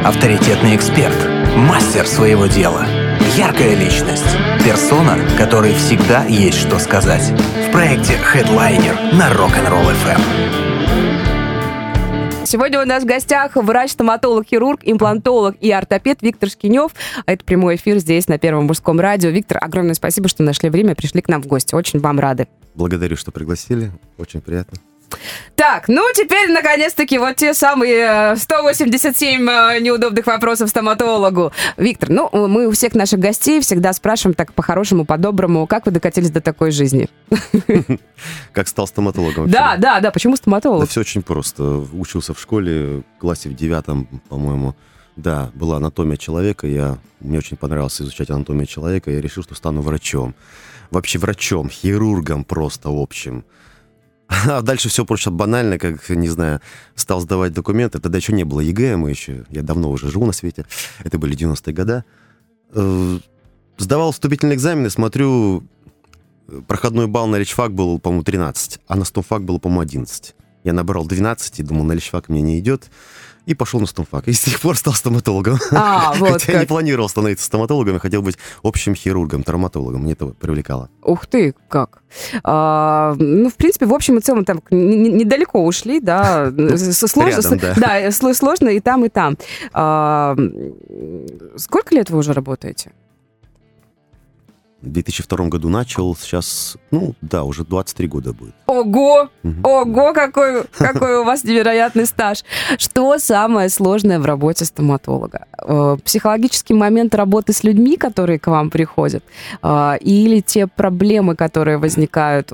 авторитетный эксперт, мастер своего дела, яркая личность, персона, которой всегда есть что сказать. В проекте Headliner на Rock'n'Roll FM. Сегодня у нас в гостях врач-стоматолог, хирург, имплантолог и ортопед Виктор Шкинев. Это прямой эфир здесь, на Первом мужском радио. Виктор, огромное спасибо, что нашли время, пришли к нам в гости. Очень вам рады. Благодарю, что пригласили. Очень приятно. Так, ну теперь, наконец-таки, вот те самые 187 неудобных вопросов стоматологу. Виктор, ну, мы у всех наших гостей всегда спрашиваем так по-хорошему, по-доброму, как вы докатились до такой жизни? Как стал стоматологом? Да, почему стоматолог? Да все очень просто. Учился в школе, в классе в 9, по-моему. Да, была анатомия человека, мне очень понравилось изучать анатомию человека, я решил, что стану врачом. Вообще врачом, хирургом просто общим. А дальше все просто банально, как, не знаю, стал сдавать документы. Тогда еще не было ЕГЭ, я давно уже живу на свете. Это были 90-е годы. Сдавал вступительные экзамены, смотрю, проходной балл на личфак был, по-моему, 13, а на стомфак было, по-моему, 11. Я набрал 12 и думал, на личфак мне не идет. И пошел на стомфак. И с тех пор стал стоматологом. Вот Хотя я не планировал становиться стоматологом, я хотел быть общим хирургом, травматологом. Мне это привлекало. Ух ты, как. Ну, в принципе, в общем и целом, там недалеко ушли, да. Сложно, да, сложно и там, и там. Сколько лет вы уже работаете? В 2002 году начал, сейчас, уже 23 года будет. Ого, какой у вас невероятный стаж. Что самое сложное в работе стоматолога? Психологический момент работы с людьми, которые к вам приходят, или те проблемы, которые возникают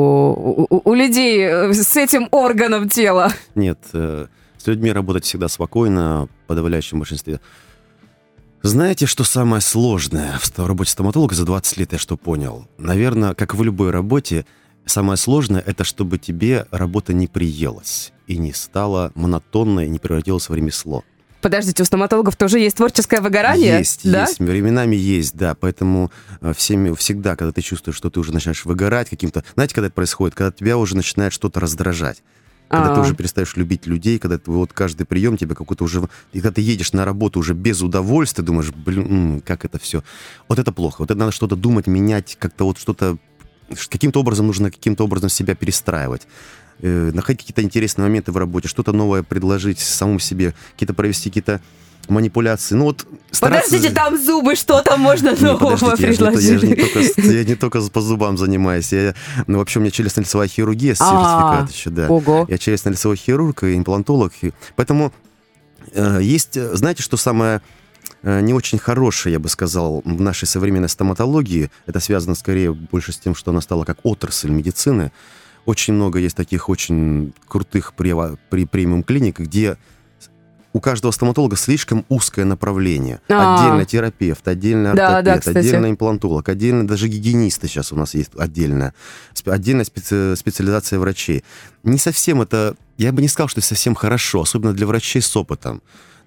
у людей с этим органом тела? Нет, с людьми работать всегда спокойно, в подавляющем большинстве. Знаете, что самое сложное в работе стоматолога за 20 лет, я что понял? Наверное, как в любой работе, самое сложное – это чтобы тебе работа не приелась и не стала монотонной, и не превратилась в ремесло. Подождите, у стоматологов тоже есть творческое выгорание? Есть, временами есть, да. Поэтому всегда, когда ты чувствуешь, что ты уже начинаешь выгорать каким-то... Знаете, когда это происходит? Когда тебя уже начинает что-то раздражать. Когда ты уже перестаешь любить людей, когда ты, вот каждый прием тебе какой-то уже... И когда ты едешь на работу уже без удовольствия, думаешь, как это все. Вот это плохо. Вот это надо что-то думать, менять, как-то вот что-то... Каким-то образом нужно себя перестраивать. Находить какие-то интересные моменты в работе, что-то новое предложить самому себе, провести какие-то манипуляции. Подождите, там зубы, что там можно нового предложить? Я не только по зубам занимаюсь. Вообще у меня челюстно-лицевая хирургия, сертификат еще, да. Ого. Я челюстно-лицевой хирург и имплантолог. Поэтому есть, знаете, что самое не очень хорошее, я бы сказал, в нашей современной стоматологии, это связано скорее больше с тем, что она стала как отрасль медицины. Очень много есть таких очень крутых премиум-клиник, где у каждого стоматолога слишком узкое направление. Отдельно терапевт, отдельно ортопед, отдельно имплантолог, отдельно даже гигиенисты сейчас у нас есть отдельная специализация врачей. Не совсем это, я бы не сказал, что это совсем хорошо, особенно для врачей с опытом.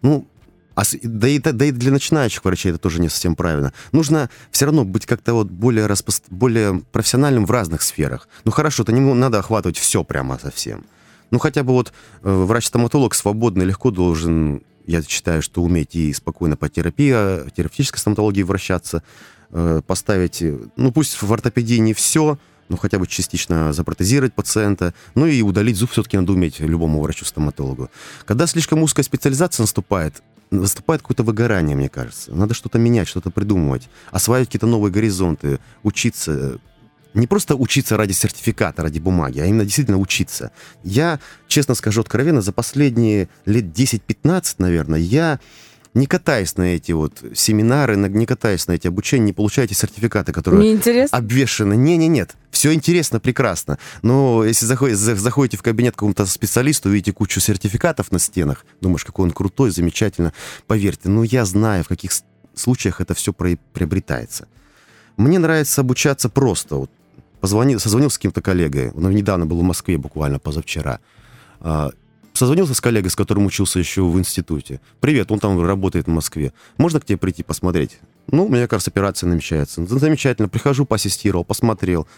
Да и для начинающих врачей это тоже не совсем правильно. Нужно все равно быть как-то вот более профессиональным в разных сферах. Хорошо, это не надо охватывать все прямо совсем. Хотя бы врач-стоматолог свободно и легко должен, я считаю, что уметь и спокойно по терапевтической стоматологии вращаться, поставить, пусть в ортопедии не все, но хотя бы частично запротезировать пациента, и удалить зуб все-таки надо уметь любому врачу-стоматологу. Когда слишком узкая специализация наступает какое-то выгорание, мне кажется. Надо что-то менять, что-то придумывать, осваивать какие-то новые горизонты, учиться. Не просто учиться ради сертификата, ради бумаги, а именно действительно учиться. Я, честно скажу откровенно, за последние лет 10-15, наверное, я не катаюсь на эти семинары, не катаюсь на эти обучения, не получаю эти сертификаты, которые обвешаны. Нет. Все интересно, прекрасно. Но если заходите в кабинет к какому-то специалисту, увидите кучу сертификатов на стенах, думаешь, какой он крутой, замечательно. Поверьте, я знаю, в каких случаях это все приобретается. Мне нравится обучаться просто. Созвонился с каким-то коллегой. Он недавно был в Москве, буквально позавчера. Созвонился с коллегой, с которым учился еще в институте. «Привет, он там работает в Москве. Можно к тебе прийти посмотреть?» Мне кажется, операция намечается. Замечательно. Прихожу, поассистировал, посмотрел.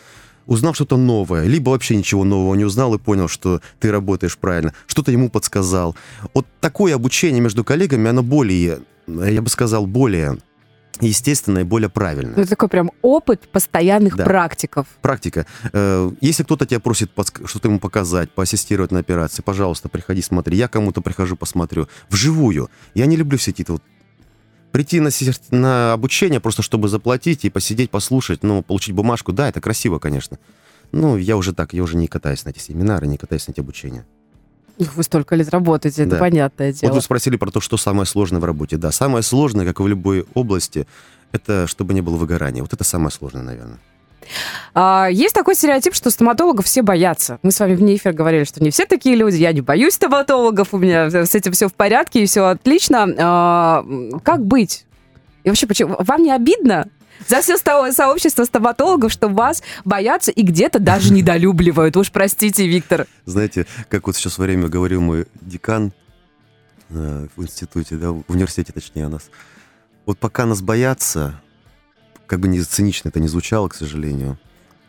узнал что-то новое, либо вообще ничего нового не узнал и понял, что ты работаешь правильно, что-то ему подсказал. Вот такое обучение между коллегами, оно более, я бы сказал, более естественно и более правильно. Это такой прям опыт постоянных практиков. Практика. Если кто-то тебя просит что-то ему показать, поассистировать на операции, пожалуйста, приходи, смотри. Я кому-то прихожу, посмотрю. Вживую. Я не люблю все эти вот прийти на обучение просто чтобы заплатить и посидеть, послушать, получить бумажку. Да, это красиво, конечно. Но я уже не катаюсь на эти семинары, не катаюсь на эти обучения. Вы столько лет работаете, это понятное дело. Вот вы спросили про то, что самое сложное в работе. Да, самое сложное, как и в любой области, это чтобы не было выгорания. Вот это самое сложное, наверное. Есть такой стереотип, что стоматологов все боятся. Мы с вами вне эфира говорили, что не все такие люди. Я не боюсь стоматологов, у меня с этим все в порядке и все отлично. Как быть? И вообще, почему? Вам не обидно за все сообщество стоматологов, что вас боятся и где-то даже недолюбливают? Уж простите, Виктор. Знаете, как вот сейчас во время говорил мой декан в институте, в университете, точнее, у нас. Вот пока нас боятся, как бы не цинично это не звучало, к сожалению,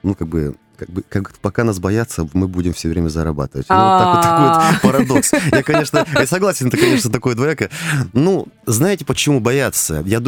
пока нас боятся, мы будем все время зарабатывать. Такой вот парадокс. Я согласен, это, конечно, такое двоякое. Знаете, почему боятся? Я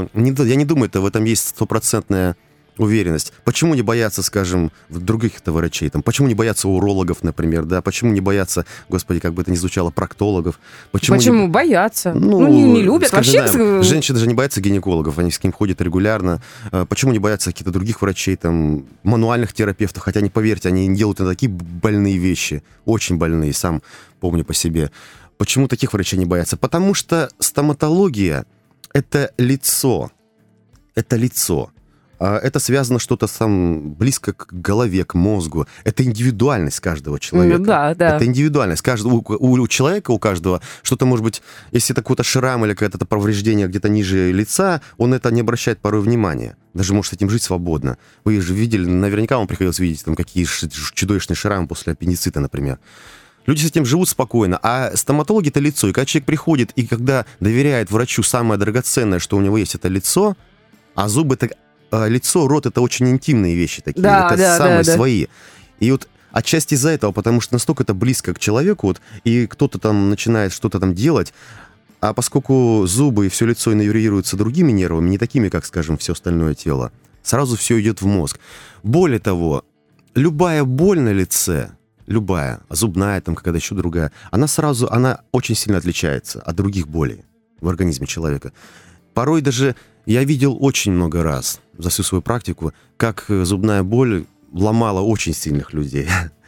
не думаю, это в этом есть стопроцентная уверенность. Почему не боятся, скажем, других-то врачей? Почему не боятся урологов, например, да? Почему не боятся, господи, как бы это ни звучало, проктологов? Почему боятся? Не любят. Вообще... Женщины даже не боятся гинекологов, они с ним ходят регулярно. Почему не боятся каких-то других врачей, мануальных терапевтов? Хотя, не поверьте, они делают такие больные вещи, очень больные, сам помню по себе. Почему таких врачей не боятся? Потому что стоматология – это лицо. Это лицо. Это связано что-то близко к голове, к мозгу. Это индивидуальность каждого человека. Да. Это индивидуальность. У человека, у каждого, что-то может быть, если это какой-то шрам или какое-то повреждение где-то ниже лица, он это не обращает порой внимания. Даже может с этим жить свободно. Вы же видели, наверняка вам приходилось видеть какие чудовищные шрамы после аппендицита, например. Люди с этим живут спокойно, а стоматологи — это лицо. И когда человек приходит, и когда доверяет врачу самое драгоценное, что у него есть, это лицо, а зубы — это... Лицо, рот — это очень интимные вещи такие, самые свои. И вот отчасти из-за этого, потому что настолько это близко к человеку, и кто-то начинает что-то делать, а поскольку зубы и все лицо иннервируются другими нервами, не такими, как, скажем, все остальное тело, сразу все идет в мозг. Более того, любая боль на лице, любая, зубная, какая-то еще другая, она очень сильно отличается от других болей в организме человека. Порой даже я видел очень много раз за всю свою практику, как зубная боль ломала очень сильных людей.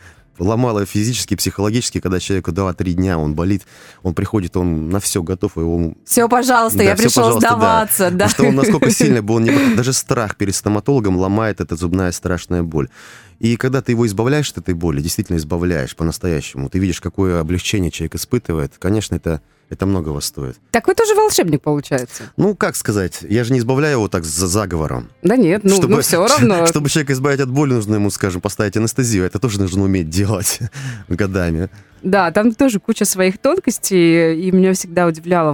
Ломала физически, психологически, когда человеку 2-3 дня он болит, он приходит, он на все готов. Все, пожалуйста, я пришел сдаваться. Да. Потому что он насколько сильно был, даже страх перед стоматологом ломает эта зубная страшная боль. И когда ты его избавляешь от этой боли, действительно избавляешь по-настоящему, ты видишь, какое облегчение человек испытывает, конечно, это многого стоит. Так вы тоже волшебник, получается. Как сказать, я же не избавляю его так за заговором. Да нет, все равно. Чтобы человека избавить от боли, нужно ему, скажем, поставить анестезию. Это тоже нужно уметь делать годами. Да, там тоже куча своих тонкостей, и меня всегда удивляло,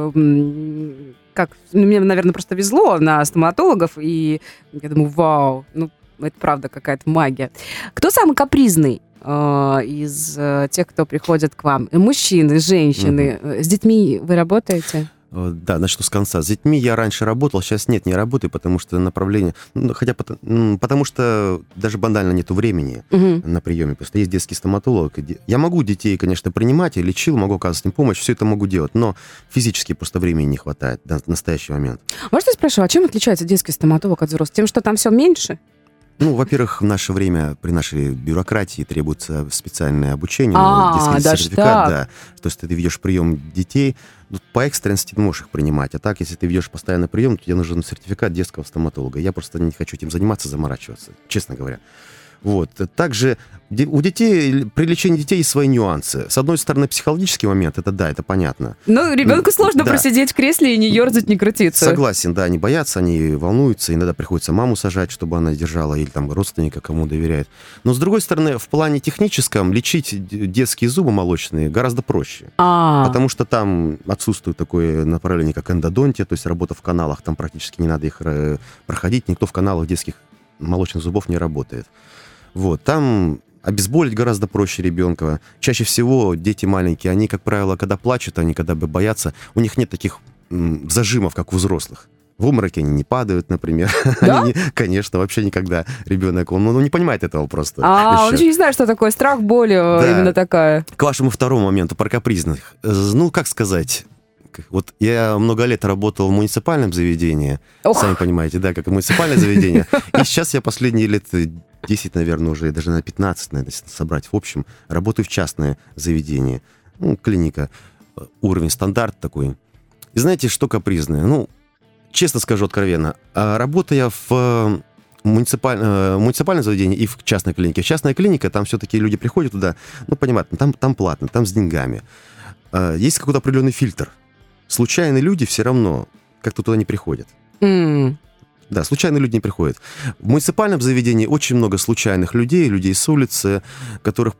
мне, наверное, просто везло на стоматологов, и я думаю, вау, это правда какая-то магия. Кто самый капризный из тех, кто приходит к вам? Мужчины, женщины. С детьми вы работаете? Да, начну с конца. С детьми я раньше работал, сейчас не работаю, потому что направление... потому что даже банально нету времени на приеме. Просто есть детский стоматолог. Я могу детей, конечно, принимать, я лечил, могу оказывать им помощь, все это могу делать, но физически просто времени не хватает в настоящий момент. Можно я спрошу, а чем отличается детский стоматолог от взрослого? Тем, что там все меньше? Во-первых, в наше время при нашей бюрократии требуется специальное обучение, детский сертификат, да. То есть ты ведешь прием детей, по экстренности ты можешь их принимать, а так, если ты ведешь постоянный прием, то тебе нужен сертификат детского стоматолога. Я просто не хочу этим заниматься, заморачиваться, честно говоря. Также у детей, при лечении детей есть свои нюансы. С одной стороны, психологический момент, это понятно. Ребенку сложно просидеть в кресле и не ерзать, не крутиться. Согласен, да, они боятся, они волнуются, иногда приходится маму сажать, чтобы она держала, или родственника, кому доверяет. Но, с другой стороны, в плане техническом лечить детские зубы молочные гораздо проще. Потому что там отсутствует такое направление, как эндодонтия, то есть работа в каналах, там практически не надо их проходить, никто в каналах детских молочных зубов не работает. Вот, там обезболить гораздо проще ребенка. Чаще всего дети маленькие, они, как правило, когда плачут, они когда бы боятся, у них нет таких зажимов, как у взрослых. В обмороке они не падают, например. Да? Конечно, вообще никогда ребенок, он не понимает этого просто. Он еще не знает, что такое страх, боль, именно такая. К вашему второму моменту, про капризных. Ну, как сказать... Вот я много лет работал в муниципальном заведении, сами понимаете, да, как и муниципальное заведение. И сейчас я последние лет 10, наверное, уже, даже на 15, наверное, собрать в общем, работаю в частное заведение. Ну, клиника, уровень, стандарт такой. И знаете, что капризное? Ну, честно скажу откровенно, работая в муниципальном заведении и в частной клинике. Частная клиника, там все-таки люди приходят туда, ну, понятно, там платно, там с деньгами. Есть какой-то определенный фильтр. Случайные люди все равно как-то туда не приходят. Да, случайные люди не приходят. В муниципальном заведении очень много случайных людей с улицы, которых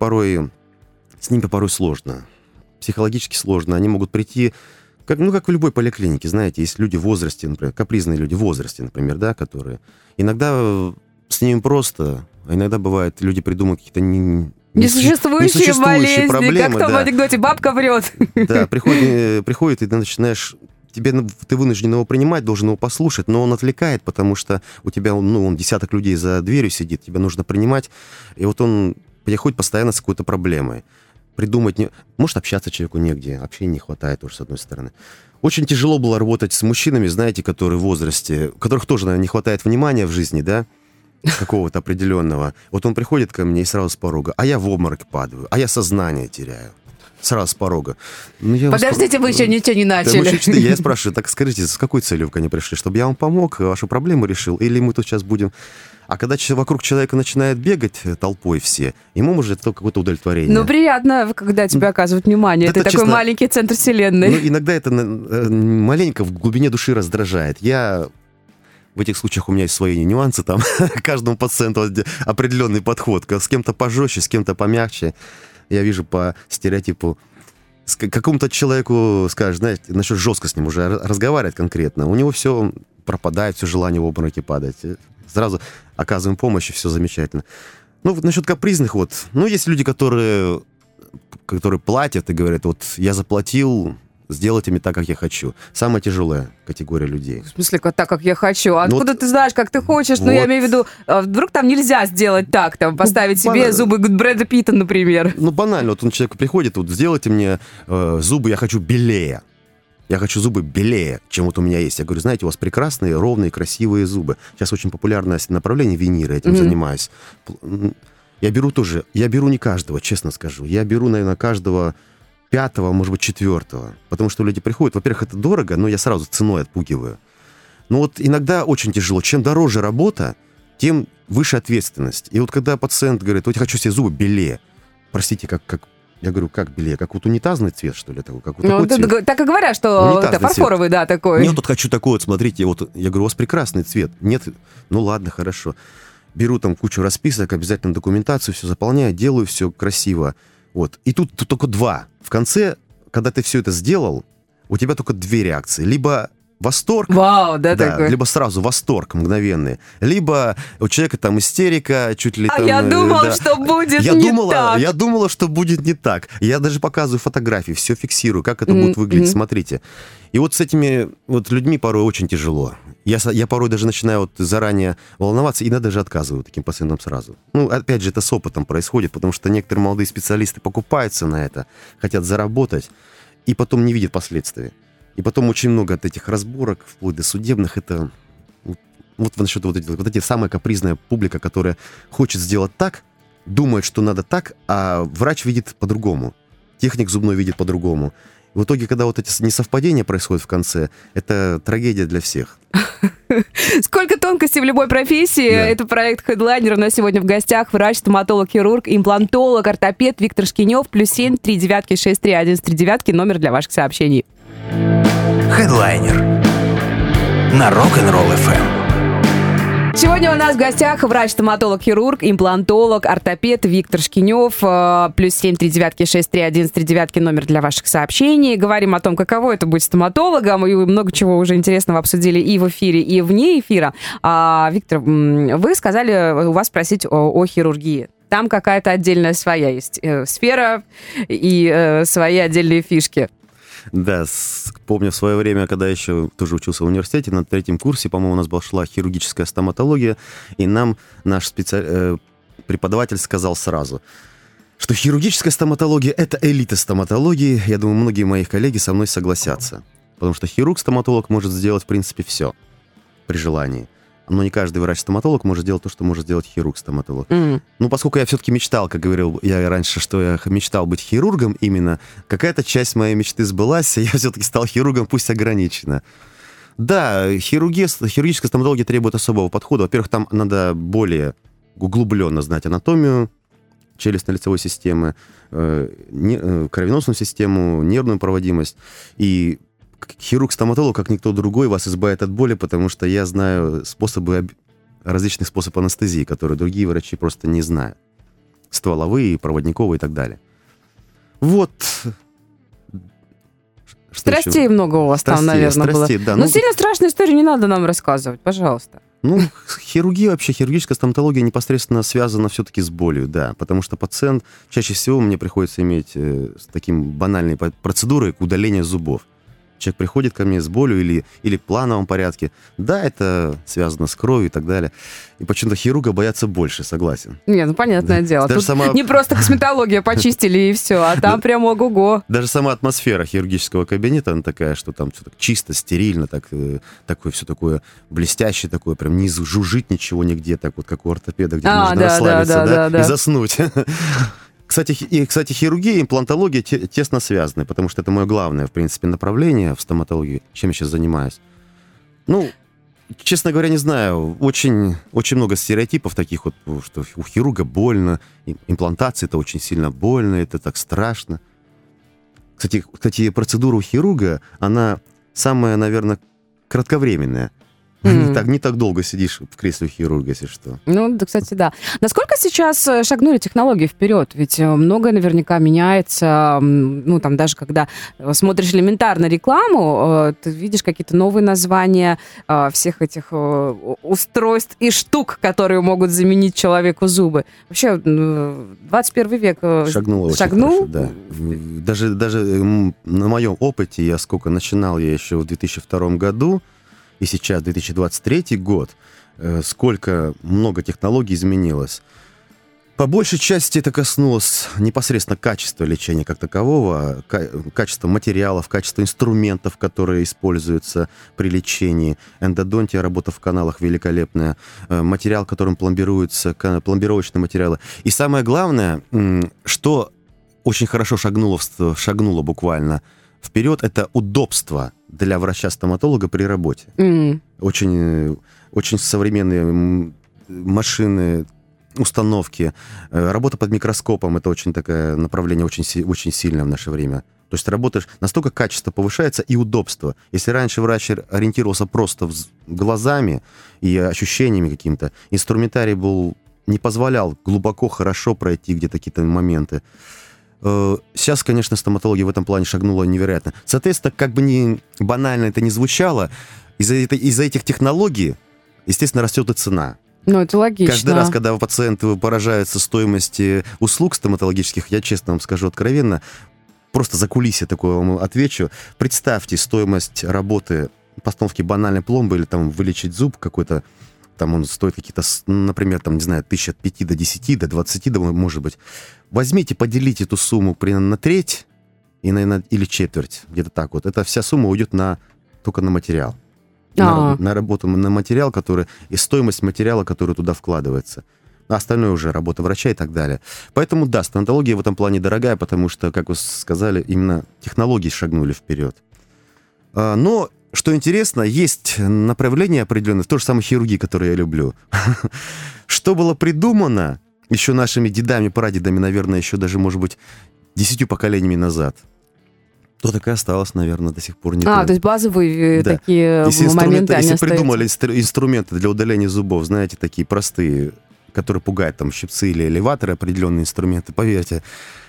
с ними порой сложно. Психологически сложно. Они могут прийти, как в любой поликлинике, знаете, есть люди в возрасте, например, капризные люди в возрасте, например, да, которые... Иногда с ними просто, а иногда бывает, люди придумывают какие-то несуществующие болезни, проблемы, как в том анекдоте, бабка врет. Да, приходит, и ты начинаешь... Ты вынужден его принимать, должен его послушать, но он отвлекает, потому что у тебя, он десяток людей за дверью сидит, тебе нужно принимать, и вот он приходит постоянно с какой-то проблемой. Придумать Может, общаться человеку негде, общения не хватает тоже, с одной стороны. Очень тяжело было работать с мужчинами, знаете, которые в возрасте, у которых тоже, наверное, не хватает внимания в жизни, да, какого-то определенного. Вот он приходит ко мне и сразу с порога, а я в обморок падаю, а я сознание теряю. Сразу с порога. Подождите, вы еще ничего не начали. Я спрашиваю, так скажите, с какой целью вы ко мне пришли? Чтобы я вам помог, вашу проблему решил? Или мы тут сейчас будем... А когда вокруг человека начинает бегать толпой все, ему может это какое-то удовлетворение. Ну, приятно, когда тебе оказывают внимание. Это такой маленький центр вселенной. Ну, иногда это маленько в глубине души раздражает. В этих случаях у меня есть свои нюансы, там каждому пациенту определенный подход. С кем-то пожестче, с кем-то помягче. Я вижу по стереотипу, какому-то человеку скажешь, знаете, начнешь жестко с ним уже разговаривать конкретно, у него все пропадает, все желание в обмороке падать. Сразу оказываем помощь, и все замечательно. Ну, вот насчет капризных, есть люди, которые платят и говорят, я заплатил, сделайте мне так, как я хочу. Самая тяжелая категория людей. В смысле, так, как я хочу? Откуда ты знаешь, как ты хочешь? Ну, я имею в виду, вдруг там нельзя сделать так, поставить себе зубы Брэда Питта, например. Ну, банально. Человек приходит, сделайте мне зубы, я хочу белее. Я хочу зубы белее, чем у меня есть. Я говорю, знаете, у вас прекрасные, ровные, красивые зубы. Сейчас очень популярное направление виниры, этим занимаюсь. Я беру не каждого, честно скажу. Я беру, наверное, каждого 5-го, может быть, 4-го. Потому что люди приходят, во-первых, это дорого, но я сразу ценой отпугиваю. Но иногда очень тяжело. Чем дороже работа, тем выше ответственность. И когда пациент говорит, я хочу себе зубы белее. Простите, как я говорю, как белее? Как унитазный цвет, что ли? Такой цвет? Так и говорят, что это фарфоровый, да, такой. Нет, хочу такой, смотрите. Я говорю, у вас прекрасный цвет. Нет, ну ладно, хорошо. Беру там кучу расписок, обязательно документацию, все заполняю, делаю все красиво. И тут только 2. В конце, когда ты все это сделал, у тебя только 2 реакции. Либо восторг, вау, такой. Либо сразу восторг мгновенный, либо у человека там истерика, чуть ли там... я думал, что будет не так. Я думала, что будет не так. Я даже показываю фотографии, все фиксирую, как это будет выглядеть, смотрите. И с этими людьми порой очень тяжело. Я порой даже начинаю заранее волноваться, и даже отказываю таким пациентам сразу. Опять же, это с опытом происходит, потому что некоторые молодые специалисты покупаются на это, хотят заработать, и потом не видят последствий. И потом очень много от этих разборок, вплоть до судебных, это насчет эти самая капризная публика, которая хочет сделать так, думает, что надо так, а врач видит по-другому, техник зубной видит по-другому. В итоге, когда эти несовпадения происходят в конце, это трагедия для всех. Сколько тонкостей в любой профессии. Да. Это проект Headliner. У нас сегодня в гостях врач, стоматолог, хирург, имплантолог, ортопед Виктор Шкинев. +7 3девятки 631 3девятки. Номер для ваших сообщений. Headliner на Rock'n'Roll FM. Сегодня Сегодня у нас в гостях врач-стоматолог-хирург, имплантолог, ортопед Виктор Шкинев. Плюс 739-631-39 номер для ваших сообщений. Говорим о том, каково это быть стоматологом. И много чего уже интересного обсудили и в эфире, и вне эфира. Виктор, вы сказали, у вас спросить о хирургии. Там какая-то отдельная своя есть сфера и свои отдельные фишки. Да, помню в свое время, когда я еще тоже учился в университете, на 3-м курсе, по-моему, у нас шла хирургическая стоматология, и нам наш преподаватель сказал сразу, что хирургическая стоматология – это элита стоматологии. Я думаю, многие мои коллеги со мной согласятся, потому что хирург-стоматолог может сделать, в принципе, все при желании. Но не каждый врач-стоматолог может делать то, что может сделать хирург-стоматолог. Ну, поскольку я все-таки мечтал, как говорил я раньше, что я мечтал быть хирургом именно, какая-то часть моей мечты сбылась, и я все-таки стал хирургом, пусть ограниченно. Да, хирургическая стоматология требует особого подхода. Во-первых, там надо более углубленно знать анатомию челюстно-лицевой системы, кровеносную систему, нервную проводимость. И хирург-стоматолог, как никто другой, вас избавит от боли, потому что я знаю различных способов анестезии, которые другие врачи просто не знают. Стволовые, проводниковые и так далее. Вот. Страстей еще? Много у вас там, наверное, было. Да. Но сильно страшную историю не надо нам рассказывать, пожалуйста. Ну, хирургия вообще, хирургическая стоматология непосредственно связана все-таки с болью, да, потому что пациент, чаще всего мне приходится иметь с таким банальной процедурой удаления зубов. Человек приходит ко мне с болью или в плановом порядке. Да, это связано с кровью и так далее. И почему-то хирурга боятся больше, согласен. Нет, ну понятное дело. Тут не просто косметология почистили и все, а там прям ого-го. Даже сама атмосфера хирургического кабинета, она такая, что там все так чисто, стерильно, такое все такое блестящее, такое прям не жужжит ничего нигде, так вот как у ортопеда, где можно расслабиться, и заснуть. Кстати, хирургия и имплантология тесно связаны, потому что это мое главное, в принципе, направление в стоматологии, чем я сейчас занимаюсь. Ну, честно говоря, не знаю, очень, очень много стереотипов таких вот, что у хирурга больно, имплантация это очень сильно больно, это так страшно. Кстати, процедура у хирурга, она самая, наверное, кратковременная. Не так долго сидишь в кресле хирурга, если что. Ну, да, кстати, да. Насколько сейчас шагнули технологии вперед? Ведь многое наверняка меняется. Ну, там даже когда смотришь элементарно рекламу, ты видишь какие-то новые названия всех этих устройств и штук, которые могут заменить человеку зубы. Вообще, 21 век шагнул очень хорошо, да. Даже на моем опыте, я начинал я еще в 2002 году, и сейчас 2023 год, сколько много технологий изменилось. По большей части это коснулось непосредственно качества лечения как такового, качества материалов, качества инструментов, которые используются при лечении. Эндодонтия, работа в каналах великолепная, материал, которым пломбируются, пломбировочные материалы. И самое главное, что очень хорошо шагнуло буквально вперед, это удобство для врача-стоматолога при работе. Очень, очень современные машины, установки. Работа под микроскопом — это очень такое направление, очень сильное в наше время. То есть работаешь, настолько качество повышается и удобство. Если раньше врач ориентировался просто глазами и ощущениями каким-то, инструментарий не позволял глубоко, хорошо пройти где-то какие-то моменты. Сейчас, конечно, стоматология в этом плане шагнула невероятно. Соответственно, как бы ни банально это ни звучало, из-за этих технологий, естественно, растет и цена. Ну, это логично. Каждый раз, когда пациенты поражаются стоимости услуг стоматологических, я честно вам скажу откровенно, просто за кулисье такое вам отвечу. Представьте стоимость работы, постановки банальной пломбы или там вылечить зуб какой-то, там он стоит какие-то, например, там, не знаю, 1005 до 10, до 20, да, может быть. Возьмите, поделите эту сумму примерно на треть или четверть, где-то так вот. Эта вся сумма уйдет только на материал. На работу, на материал, и стоимость материала, который туда вкладывается. А остальное уже работа врача и так далее. Поэтому, да, стоматология в этом плане дорогая, потому что, как вы сказали, именно технологии шагнули вперед. Но что интересно, есть направление определенное в той же самой хирургии, которую я люблю. Что было придумано еще нашими дедами, прадедами, наверное, еще даже, может быть, 10 поколениями назад. То так и осталось, наверное, до сих пор не то есть базовые такие моменты, они Если придумали инструменты для удаления зубов, знаете, такие простые, которые пугают, там, щипцы или элеваторы, определенные инструменты, поверьте,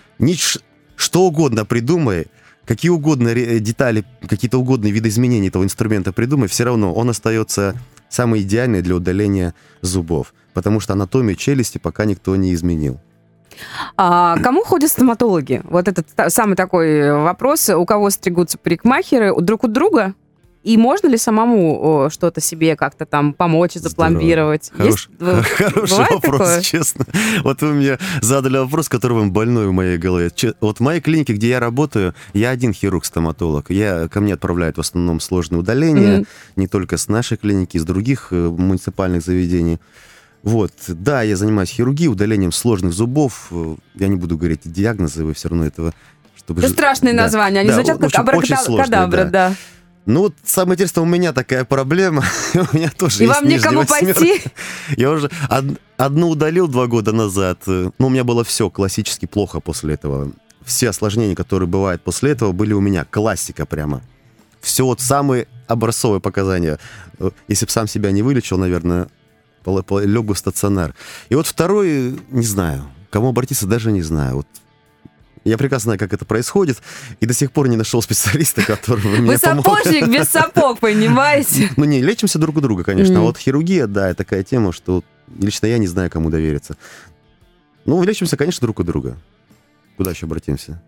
что угодно придумай, какие угодно детали, какие-то угодные видоизменения этого инструмента придумай, все равно он остается самый идеальный для удаления зубов, потому что анатомию челюсти пока никто не изменил. А кому ходят стоматологи? Вот этот самый такой вопрос. У кого стригутся парикмахеры? Друг у друга? И можно ли самому что-то себе как-то там помочь, запломбировать? Хороший вопрос, честно. Вот вы мне задали вопрос, который больной в моей голове. Вот в моей клинике, где я работаю, я один хирург-стоматолог. Ко мне отправляют в основном сложные удаления, не только с нашей клиники, из других муниципальных заведений. Вот, да, я занимаюсь хирургией, удалением сложных зубов. Я не буду говорить диагнозы, вы все равно этого... Это страшные названия, они звучат как абракадабра, да. Ну вот самое интересное, у меня такая проблема. У меня тоже и есть вам некому пойти? Я уже одну удалил 2 года назад. Но у меня было все классически плохо после этого. Все осложнения, которые бывают после этого, были у меня. Классика прямо. Все вот самые образцовые показания. Если бы сам себя не вылечил, наверное, лег бы в стационар. И вот второй, не знаю, кому обратиться, даже не знаю. Вот я прекрасно знаю, как это происходит, и до сих пор не нашел специалиста, который бы мне помог. Вы сапожник без сапог, понимаете? Ну не, лечимся друг у друга, конечно. А вот хирургия, да, это такая тема, что лично я не знаю, кому довериться. Ну, лечимся, конечно, друг у друга. Куда еще обратимся?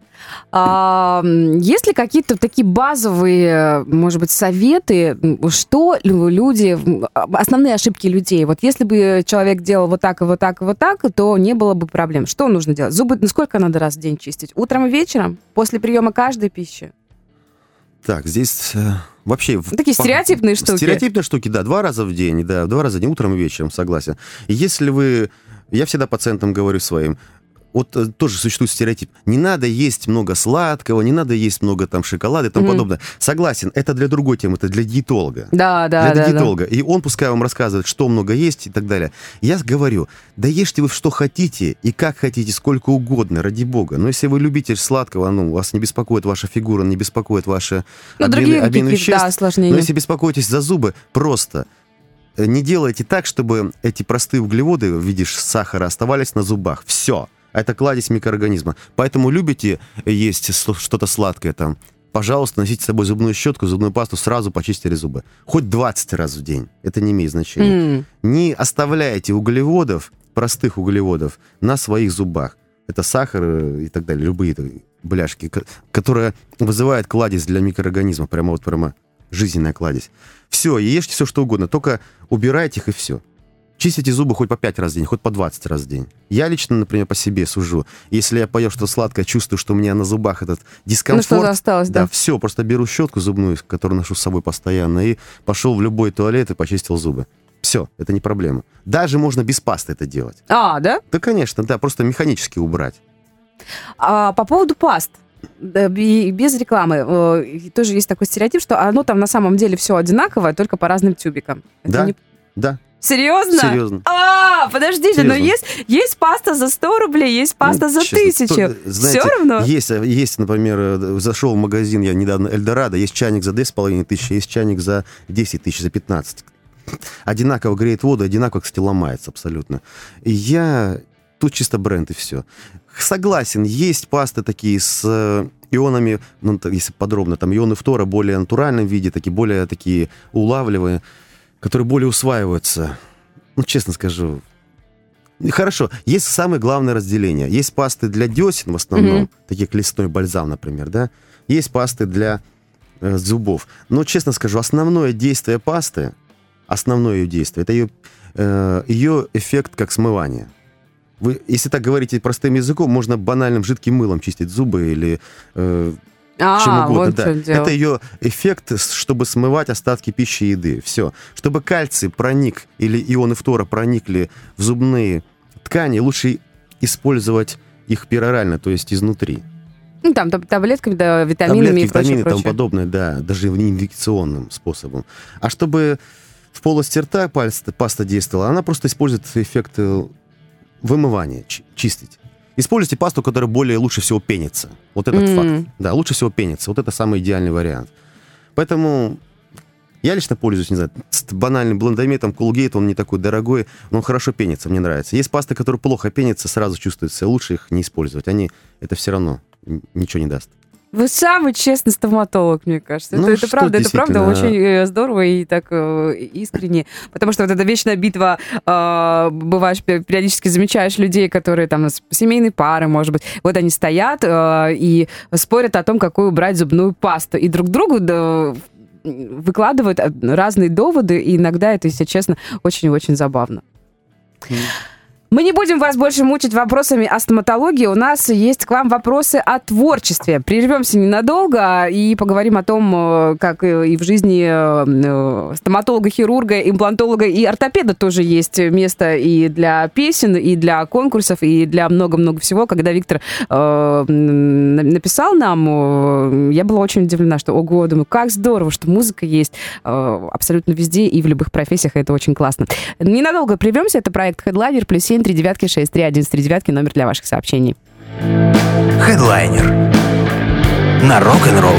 Есть ли какие-то такие базовые, может быть, советы, что люди, основные ошибки людей? Вот если бы человек делал вот так и вот так и вот так, то не было бы проблем. Что нужно делать? Зубы сколько надо раз в день чистить? Утром и вечером? После приема каждой пищи? Так, здесь вообще... Такие стереотипные штуки. Стереотипные штуки, да, 2 раза в день, да, 2 раза в день, утром и вечером, согласен. И если вы... Я всегда пациентам говорю своим, вот тоже существует стереотип. Не надо есть много сладкого, не надо есть много там шоколада и тому подобное. Согласен, это для другой темы, это для диетолога. Да. Для диетолога. И он пускай вам рассказывает, что много есть и так далее. Я говорю, да ешьте вы что хотите и как хотите, сколько угодно, ради бога. Но если вы любитель сладкого, вас не беспокоит ваша фигура, не беспокоит ваши обмен веществ. Осложнения. Но если беспокоитесь за зубы, просто... Не делайте так, чтобы эти простые углеводы в виде сахара оставались на зубах. Все. Это кладезь микроорганизма. Поэтому любите есть что-то сладкое там, пожалуйста, носите с собой зубную щетку, зубную пасту, сразу почистили зубы. Хоть 20 раз в день. Это не имеет значения. Не оставляйте углеводов, простых углеводов, на своих зубах. Это сахар и так далее, любые бляшки, которые вызывают кладезь для микроорганизма. Прямо жизненная кладезь. Все, ешьте все, что угодно, только убирайте их и все. Чистите зубы хоть по 5 раз в день, хоть по 20 раз в день. Я лично, например, по себе сужу. Если я поел что-то сладкое, чувствую, что у меня на зубах этот дискомфорт. Что-то осталось, да. Все, просто беру щетку зубную, которую ношу с собой постоянно, и пошел в любой туалет и почистил зубы. Все, это не проблема. Даже можно без пасты это делать. Да? Да, конечно, да, просто механически убрать. По поводу паст. Без рекламы. Тоже есть такой стереотип, что оно там на самом деле все одинаковое, только по разным тюбикам. Да. Серьезно? Серьезно. Подождите, серьезно. Но есть паста за 100 рублей, есть паста за 1000. Знаете, все равно? Есть, например, зашел в магазин, я недавно, Эльдорадо, есть чайник за 2500, есть чайник за 10 тысяч, за 15. Одинаково греет воду, одинаково, кстати, ломается абсолютно. Тут чисто бренд и все. Согласен, есть пасты такие с ионами, если подробно, там ионы фтора более натуральном виде, более такие улавливаемые, которые более усваиваются. Честно скажу. Хорошо, есть самое главное разделение. Есть пасты для десен в основном, такие как лесной бальзам, например, да? Есть пасты для зубов. Но, честно скажу, основное действие пасты, это ее эффект как смывание. Вы, если так говорите простым языком, можно банальным жидким мылом чистить зубы или чем угодно. Вот да. Это ее эффект, чтобы смывать остатки пищи и еды. Все. Чтобы кальций проник или ионы фтора проникли в зубные ткани, лучше использовать их перорально, то есть изнутри. Там таблетками, да, витаминами и прочее. И тому подобное, да, даже инъекционным способом. А чтобы в полости рта паста действовала, она просто использует эффект вымывания, чистить. Используйте пасту, которая лучше всего пенится. Вот этот факт. Да, лучше всего пенится. Вот это самый идеальный вариант. Поэтому я лично пользуюсь, не знаю, банальным блендометом, Colgate, он не такой дорогой, но он хорошо пенится, мне нравится. Есть пасты, которые плохо пенятся, сразу чувствуется, лучше их не использовать. Это все равно ничего не даст. Вы самый честный стоматолог, мне кажется. Это правда очень здорово и так искренне. Потому что вот эта вечная битва, бываешь, периодически замечаешь людей, которые там семейные пары, может быть, вот они стоят и спорят о том, какую брать зубную пасту. И друг другу выкладывают разные доводы, и иногда это, если честно, очень-очень забавно. Мы не будем вас больше мучить вопросами о стоматологии. У нас есть к вам вопросы о творчестве. Прервемся ненадолго и поговорим о том, как и в жизни стоматолога, хирурга, имплантолога и ортопеда тоже есть место и для песен, и для конкурсов, и для много-много всего. Когда Виктор написал нам, я была очень удивлена, что, ого, думаю, как здорово, что музыка есть абсолютно везде и в любых профессиях, и это очень классно. Ненадолго прервемся. Это проект Headliner, +7 3 номер для ваших сообщений. Headliner на Rock'n'Roll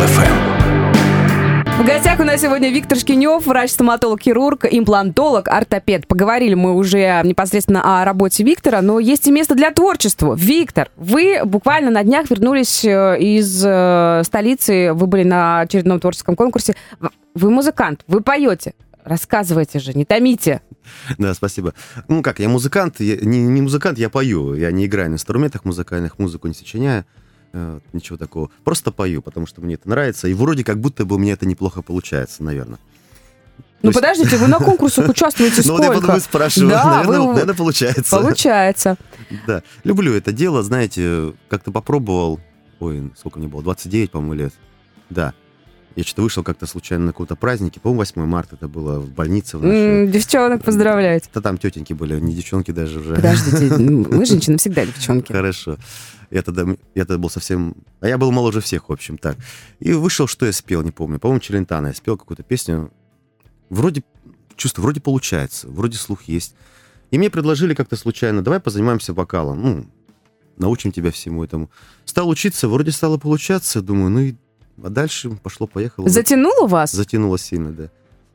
FM. В гостях у нас сегодня Виктор Шкинев, врач-стоматолог, хирург, имплантолог, ортопед. Поговорили мы уже непосредственно о работе Виктора, но есть и место для творчества. Виктор, вы буквально на днях вернулись из столицы, вы были на очередном творческом конкурсе. Вы музыкант, вы поете. Рассказывайте же, не томите. Да, спасибо. Я музыкант, не музыкант, я пою. Я не играю на инструментах музыкальных, музыку не сочиняю, ничего такого. Просто пою, потому что мне это нравится, и вроде как будто бы у меня это неплохо получается, наверное. Подождите, вы на конкурсах участвуете сколько? Ну, я спрашиваю. Да, наверное, получается. Получается. Да, люблю это дело, знаете, как-то попробовал, сколько мне было, 29, по-моему, лет. Да. Я что-то вышел как-то случайно на каком-то празднике. По-моему, 8 марта это было в больнице. Девчонок поздравляйте. Да там тетеньки были, не девчонки даже уже. Подождите, мы, женщины, всегда девчонки. Хорошо. Я тогда был совсем... А я был моложе всех, в общем, так. И вышел, что я спел, не помню. По-моему, Челентано. Я спел какую-то песню. Вроде получается, вроде слух есть. И мне предложили как-то случайно, давай позанимаемся вокалом. Научим тебя всему этому. Стал учиться, вроде стало получаться. Думаю, а дальше пошло-поехало. Затянуло вас? Затянуло сильно, да.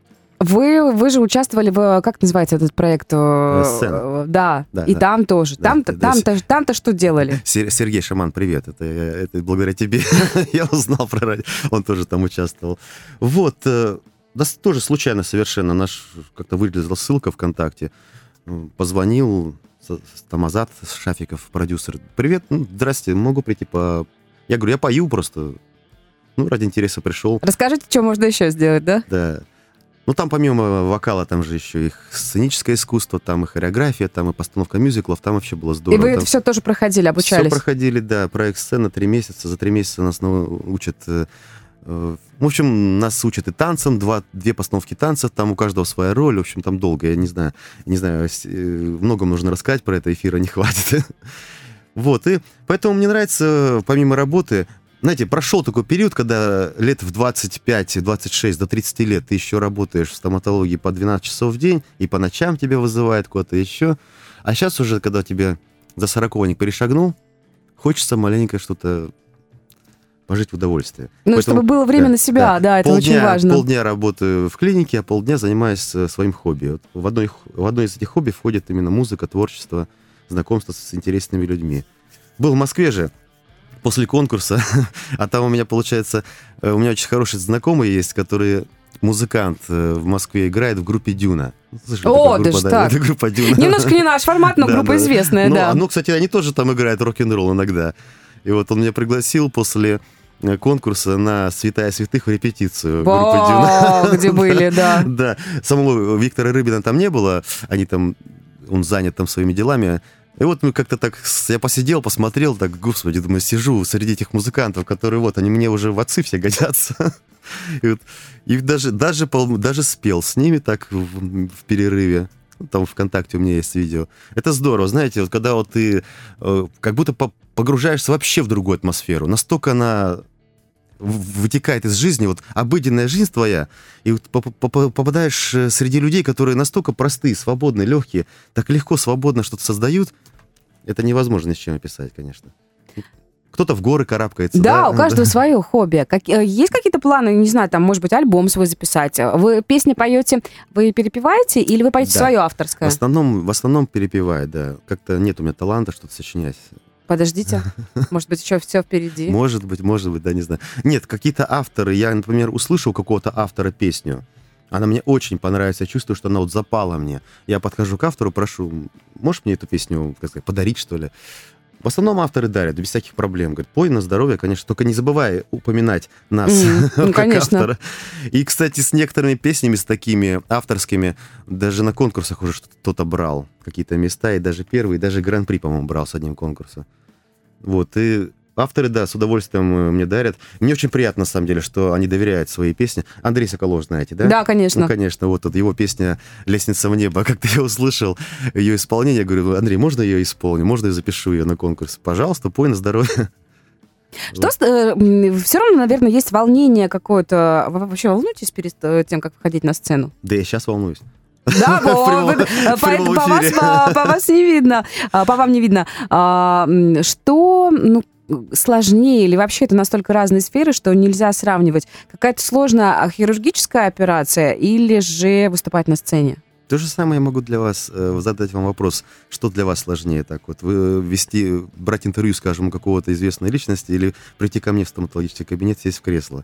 Вы же участвовали в... Как называется этот проект? Сцена. Да, и да. Там тоже. Да, там-то что делали? Сергей Шаман, привет. Это благодаря тебе я узнал про радио. Он тоже там участвовал. Вот. Да, тоже случайно совершенно. Как-то вылезла ссылка ВКонтакте. Позвонил Тамазат Шафиков, продюсер. Привет, здрасте, могу прийти Я говорю, я пою просто... ради интереса пришел. Расскажите, что можно еще сделать, да? Да. Там помимо вокала, там же еще и сценическое искусство, там и хореография, там и постановка мюзиклов, там вообще было здорово. И вы это все тоже проходили, обучались? Все проходили, да. Проект «Сцена» 3 месяца. За 3 месяца нас учат... В общем, нас учат и танцам, 2 постановки танцев, там у каждого своя роль, в общем, там долго, я не знаю, много нужно рассказать про это, эфира не хватит. Вот, и поэтому мне нравится, помимо работы... Знаете, прошел такой период, когда лет в 25, 26 до 30 лет ты еще работаешь в стоматологии по 12 часов в день, и по ночам тебя вызывают куда-то еще. А сейчас уже, когда тебе за 40-ник перешагнул, хочется маленько что-то пожить в удовольствие. Поэтому, чтобы было время на себя, да, это очень важно. Полдня работаю в клинике, а полдня занимаюсь своим хобби. В одно из этих хобби входит именно музыка, творчество, знакомство с интересными людьми. Был в Москве же, после конкурса, а там у меня, получается, у меня очень хороший знакомый есть, который музыкант в Москве играет в группе «Дюна». О, даже так. Это группа «Дюна». Немножко не наш формат, но группа известная, да. Кстати, они тоже там играют рок-н-ролл иногда. И вот он меня пригласил после конкурса на «Святая святых» в репетицию группы «Дюна». Где были, да. Да. Самого Виктора Рыбина там не было. Он занят там своими делами. И вот мы как-то так, я посидел, посмотрел, так, господи, думаю, сижу среди этих музыкантов, которые они мне уже в отцы все годятся. И даже спел с ними так в перерыве. Там ВКонтакте у меня есть видео. Это здорово, знаете, когда ты как будто погружаешься вообще в другую атмосферу. Настолько она вытекает из жизни, обыденная жизнь твоя, и попадаешь среди людей, которые настолько простые, свободные, легкие, так легко, свободно что-то создают. Это невозможно ни с чем описать, конечно. Кто-то в горы карабкается. Да, у каждого свое хобби. Есть какие-то планы, не знаю, там, может быть, альбом свой записать? Вы песни поете, вы перепеваете или вы поете свое авторское? В основном перепеваю, да. Как-то нет у меня таланта что-то сочинять. Подождите, может быть, еще все впереди? Может быть, да, не знаю. Нет, какие-то авторы, я, например, услышал какого-то автора песню, она мне очень понравилась, я чувствую, что она вот запала мне. Я подхожу к автору, прошу, можешь мне эту песню, как сказать, подарить, что ли? В основном авторы дарят, без всяких проблем. Говорят, пой на здоровье, конечно, только не забывай упоминать нас как автора. И, кстати, с некоторыми песнями, с такими авторскими, даже на конкурсах уже кто-то брал какие-то места, и даже первый, даже гран-при, по-моему, брал с одним конкурсом. Вот, и авторы, да, с удовольствием мне дарят. Мне очень приятно, на самом деле, что они доверяют свои песни. Андрей Соколов, знаете, да? Да, конечно. Ну, конечно, вот его песня «Лестница в небо». Как-то я услышал ее исполнение, я говорю, Андрей, можно я ее исполню? Можно я запишу ее на конкурс? Пожалуйста, пой на здоровье. Что все равно, наверное, есть волнение какое-то. Вы вообще волнуетесь перед тем, как выходить на сцену? Да я сейчас волнуюсь. Да, по вас не видно, по вам не видно. Что сложнее или вообще это настолько разные сферы, что нельзя сравнивать? Какая-то сложная хирургическая операция или же выступать на сцене? То же самое я могу для вас задать вам вопрос, что для вас сложнее так вот, вы брать интервью, скажем, у какого-то известной личности или прийти ко мне в стоматологический кабинет, сесть в кресло?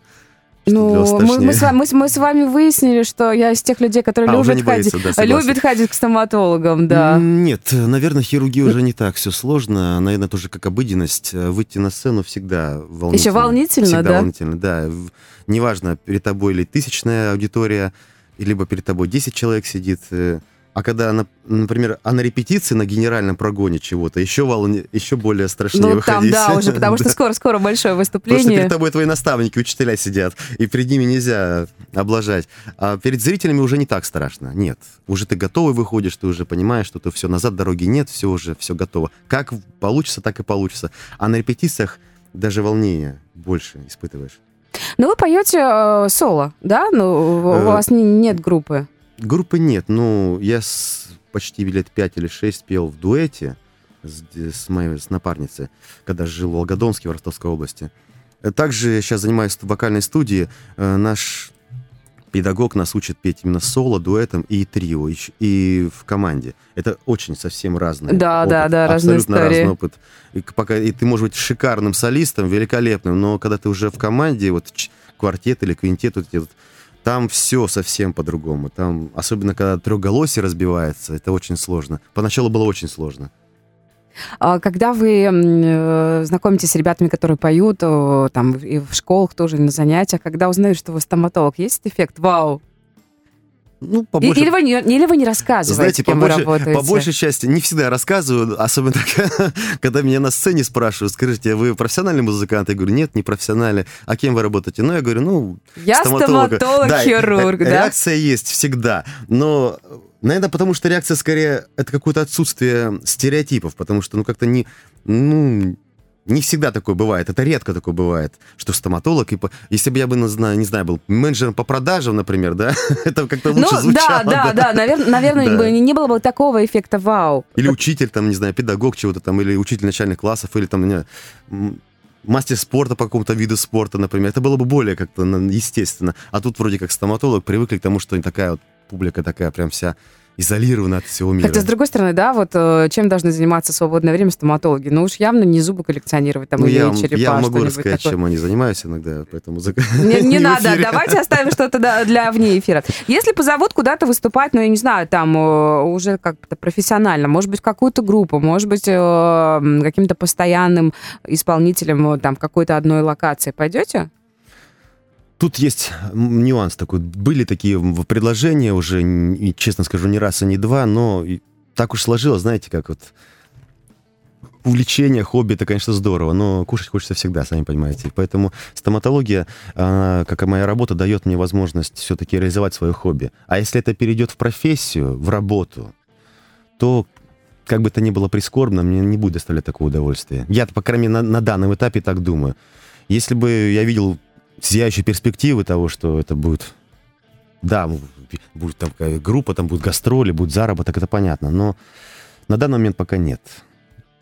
Мы с вами выяснили, что я из тех людей, которые любят ходить к стоматологам, да. Нет, наверное, хирургия уже не так все сложно. Наверное, тоже как обыденность. Выйти на сцену всегда волнительно. Еще волнительно, всегда да? Волнительно, да. Неважно, перед тобой или тысячная аудитория, либо перед тобой 10 человек сидит. А когда, например, на репетиции, на генеральном прогоне чего-то, еще более страшнее выходить. Там, да, уже, потому что скоро большое выступление. Потому что перед тобой твои наставники, учителя сидят, и перед ними нельзя облажать. А перед зрителями уже не так страшно. Нет. Уже ты готовый выходишь, ты уже понимаешь, что ты все, назад дороги нет, все готово. Как получится, так и получится. А на репетициях даже волнение больше испытываешь. Ну, вы поете соло, да? У вас нет группы. Группы нет, я почти лет 5 или 6 пел в дуэте с моей напарницей, когда жил в Волгодонске, в Ростовской области. Также я сейчас занимаюсь в вокальной студии. Наш педагог нас учит петь именно соло, дуэтом и трио, и в команде. Это очень совсем разный опыт. Да, разные истории. Абсолютно разный опыт. И ты можешь быть шикарным солистом, великолепным, но когда ты уже в команде, вот квартет или квинтет, там все совсем по-другому. Там, особенно когда трехголосие разбивается, это очень сложно. Поначалу было очень сложно. Когда вы знакомитесь с ребятами, которые поют, там и в школах тоже, и на занятиях, когда узнаешь, что вы стоматолог, есть эффект «Вау»? Или вы не рассказываете, знаете, кем вы работаете? По большей части не всегда рассказываю, особенно когда меня на сцене спрашивают, скажите, вы профессиональный музыкант? Я говорю, нет, не профессиональный. А кем вы работаете? Я говорю, я стоматолог-хирург, да? Реакция есть всегда, но, наверное, потому что реакция скорее это какое-то отсутствие стереотипов, потому что, как-то не всегда такое бывает, это редко такое бывает, что стоматолог, если бы я бы, не знаю, был менеджером по продажам, например, да, это как-то лучше звучало. Да, наверное, не было бы такого эффекта «Вау». Или учитель, не знаю, педагог чего-то там, или учитель начальных классов, или мастер спорта по какому-то виду спорта, например, это было бы более как-то естественно. А тут вроде как стоматолог привыкли к тому, что такая вот публика такая прям вся изолированы от всего мира. Хотя, с другой стороны, да, чем должны заниматься в свободное время стоматологи? Уж явно не зубы коллекционировать или черепа. Я могу рассказать, чем они занимаются иногда, поэтому... Не надо, давайте оставим что-то для вне эфира. Если позовут куда-то выступать, я не знаю, там уже как-то профессионально, может быть, какую-то группу, может быть, каким-то постоянным исполнителем там в какой-то одной локации, пойдете? Тут есть нюанс такой. Были такие предложения уже, и, честно скажу, не раз и не два, но так уж сложилось, знаете, как увлечение, хобби, это, конечно, здорово, но кушать хочется всегда, сами понимаете. Поэтому стоматология, как и моя работа, дает мне возможность все-таки реализовать свое хобби. А если это перейдет в профессию, в работу, то, как бы то ни было прискорбно, мне не будет доставлять такое удовольствие. Я, по крайней мере, на данном этапе так думаю. Если бы я видел сияющие перспективы того, что это будет... Да, будет там группа, там будут гастроли, будет заработок, это понятно, но на данный момент пока нет.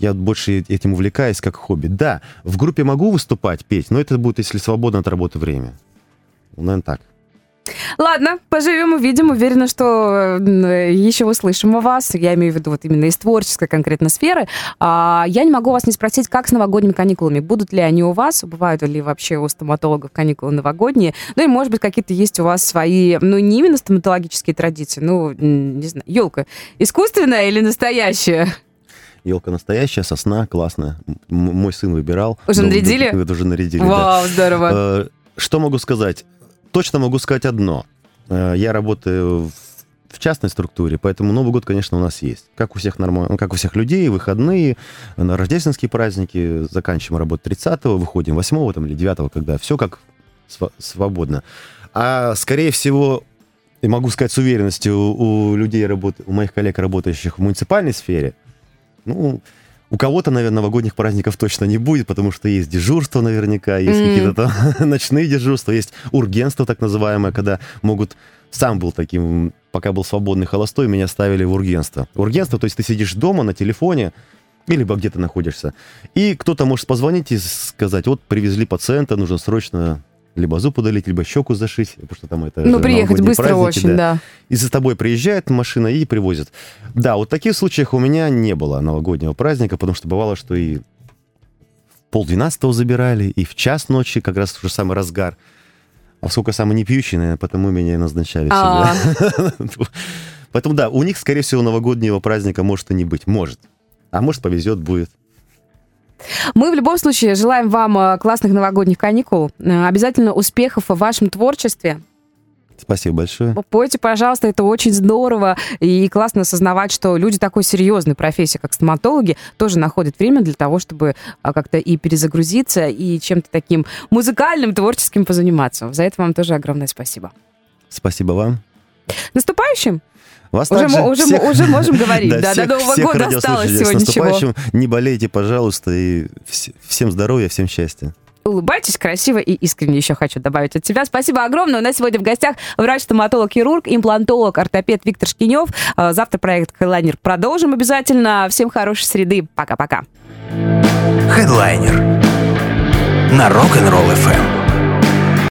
Я больше этим увлекаюсь как хобби. Да, в группе могу выступать, петь, но это будет, если свободно от работы время. Наверное, так. Ладно, поживем, увидим. Уверена, что еще услышим о вас. Я имею в виду вот именно из творческой конкретно сферы. Я не могу вас не спросить, как с новогодними каникулами. Будут ли они у вас? Бывают ли вообще у стоматологов каникулы новогодние? Ну и, может быть, какие-то есть у вас свои, ну, не именно стоматологические традиции, ну, не знаю, елка искусственная или настоящая? Елка настоящая, сосна, классная. Мой сын выбирал. Уже нарядили? Уже нарядили, Вау, да. здорово. Что могу сказать? Точно могу сказать одно. Я работаю в частной структуре, поэтому Новый год, конечно, у нас есть. Как у всех как у всех людей, выходные, на рождественские праздники, заканчиваем работу 30-го, выходим 8-го там, или 9-го, когда все как свободно. А скорее всего, и могу сказать с уверенностью, у людей, у моих коллег, работающих в муниципальной сфере, ну, у кого-то, наверное, новогодних праздников точно не будет, потому что есть дежурство наверняка, есть какие-то там ночные дежурства, есть ургентство так называемое, когда могут... Сам был таким, пока был свободный холостой, меня ставили в ургентство. Ургентство, то есть ты сидишь дома на телефоне, либо где-то находишься, и кто-то может позвонить и сказать, вот привезли пациента, нужно срочно либо зуб удалить, либо щеку зашить, потому что там это... Ну, приехать быстро праздники, очень, да. И за тобой приезжает машина и привозит. Да, вот в таких случаях у меня не было новогоднего праздника, потому что бывало, что и в 11:30 забирали, и в 1:00 ночи, как раз уже самый разгар. А сколько самый не пьющий, наверное, потому меня и назначали всегда. Поэтому, да, у них, скорее всего, новогоднего праздника может и не быть. Может. А может, повезет, будет. Мы в любом случае желаем вам классных новогодних каникул, обязательно успехов в вашем творчестве. Спасибо большое. Пойте, пожалуйста, это очень здорово и классно осознавать, что люди такой серьезной профессии, как стоматологи, тоже находят время для того, чтобы как-то и перезагрузиться, и чем-то таким музыкальным, творческим позаниматься. За это вам тоже огромное спасибо. Спасибо вам. Наступающим! Вас уже можем говорить. Да, до Нового года осталось всего ничего. Не болейте, пожалуйста, и всем здоровья, всем счастья. Улыбайтесь красиво и искренне, еще хочу добавить от себя. Спасибо огромное. У нас сегодня в гостях врач-стоматолог-хирург, имплантолог, ортопед Виктор Шкинев. Завтра проект Headliner продолжим обязательно. Всем хорошей среды. Пока-пока. Headliner на Rock'n'Roll FM.